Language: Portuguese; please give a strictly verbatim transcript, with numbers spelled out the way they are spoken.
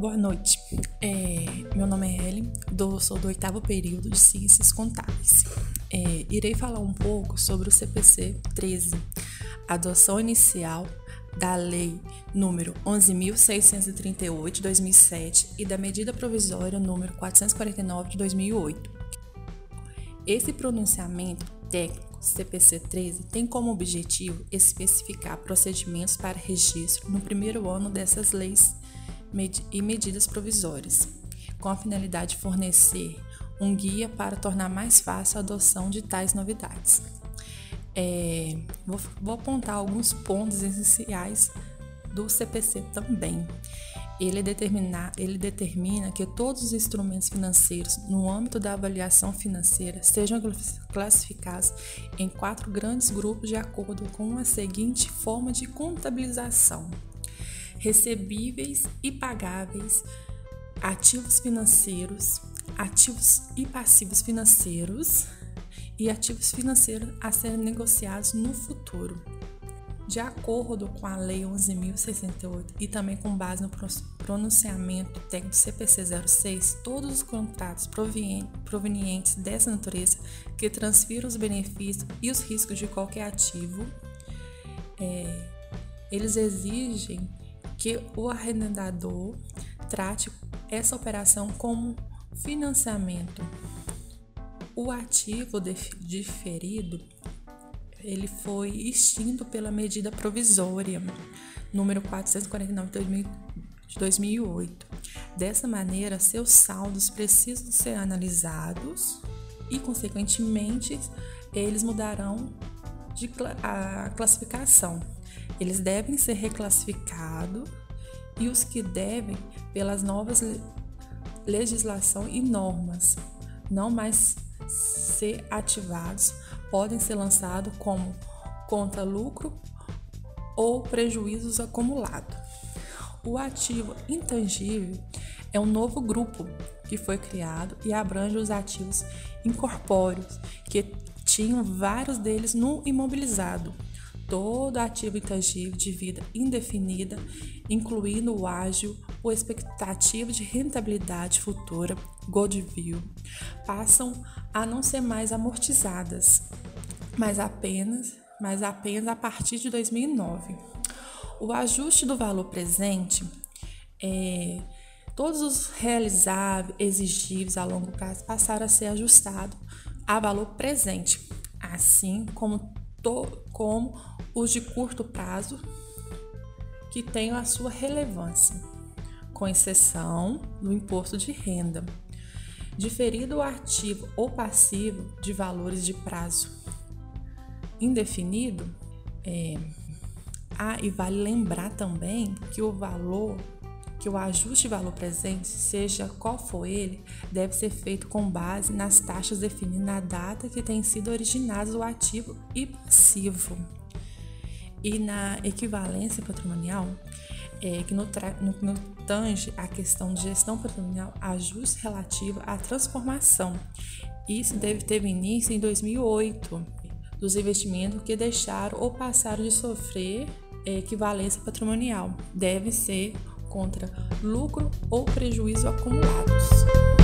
Boa noite, é, meu nome é Ellen, do, sou do oitavo período de Ciências Contábeis. É, irei falar um pouco sobre o C P C treze, adoção inicial da Lei número onze mil seiscentos e trinta e oito de dois mil e sete e da Medida Provisória número quatrocentos e quarenta e nove de dois mil e oito. Esse pronunciamento técnico C P C treze tem como objetivo especificar procedimentos para registro no primeiro ano dessas leis e medidas provisórias, com a finalidade de fornecer um guia para tornar mais fácil a adoção de tais novidades. É, vou, vou apontar alguns pontos essenciais do C P C também. Ele, determina, ele determina que todos os instrumentos financeiros no âmbito da avaliação financeira sejam classificados em quatro grandes grupos de acordo com a seguinte forma de contabilização: recebíveis e pagáveis, ativos financeiros, ativos e passivos financeiros e ativos financeiros a serem negociados no futuro. De acordo com a Lei onze mil seiscentos e sessenta e oito e também com base no pronunciamento técnico C P C zero seis, todos os contratos provenientes dessa natureza que transfiram os benefícios e os riscos de qualquer ativo, é, eles exigem que o arrendador trate essa operação como financiamento. O ativo diferido ele foi extinto pela medida provisória número quatrocentos e quarenta e nove de dois mil e oito. Dessa maneira, seus saldos precisam ser analisados e, consequentemente, eles mudarão de cl- a classificação. Eles devem ser reclassificados e os que devem pelas novas le- legislação e normas não mais ser ativados podem ser lançados como contra lucro ou prejuízos acumulados. O ativo intangível é um novo grupo que foi criado e abrange os ativos incorpóreos, que tinham vários deles no imobilizado. Todo ativo intangível de vida indefinida, incluindo o ágio ou expectativa de rentabilidade futura, goodwill, passam a não ser mais amortizadas, mas apenas, mas apenas a partir de dois mil e nove. O ajuste do valor presente, é, todos os realizáveis, exigíveis a longo prazo passaram a ser ajustados a valor presente, assim como, to, como os de curto prazo, que tenham a sua relevância, com exceção do imposto de renda. Diferido o ativo ou passivo de valores de prazo indefinido, é, ah, e vale lembrar também que o valor, que o ajuste de valor presente, seja qual for ele, deve ser feito com base nas taxas definidas na data que tem sido originado o ativo e passivo. E na equivalência patrimonial, é, que no, tra- no, no tange a questão de gestão patrimonial, ajuste relativo à transformação. Isso deve ter início em dois mil e oito, dos investimentos que deixaram ou passaram de sofrer é, equivalência patrimonial. Deve ser contra lucro ou prejuízo acumulados.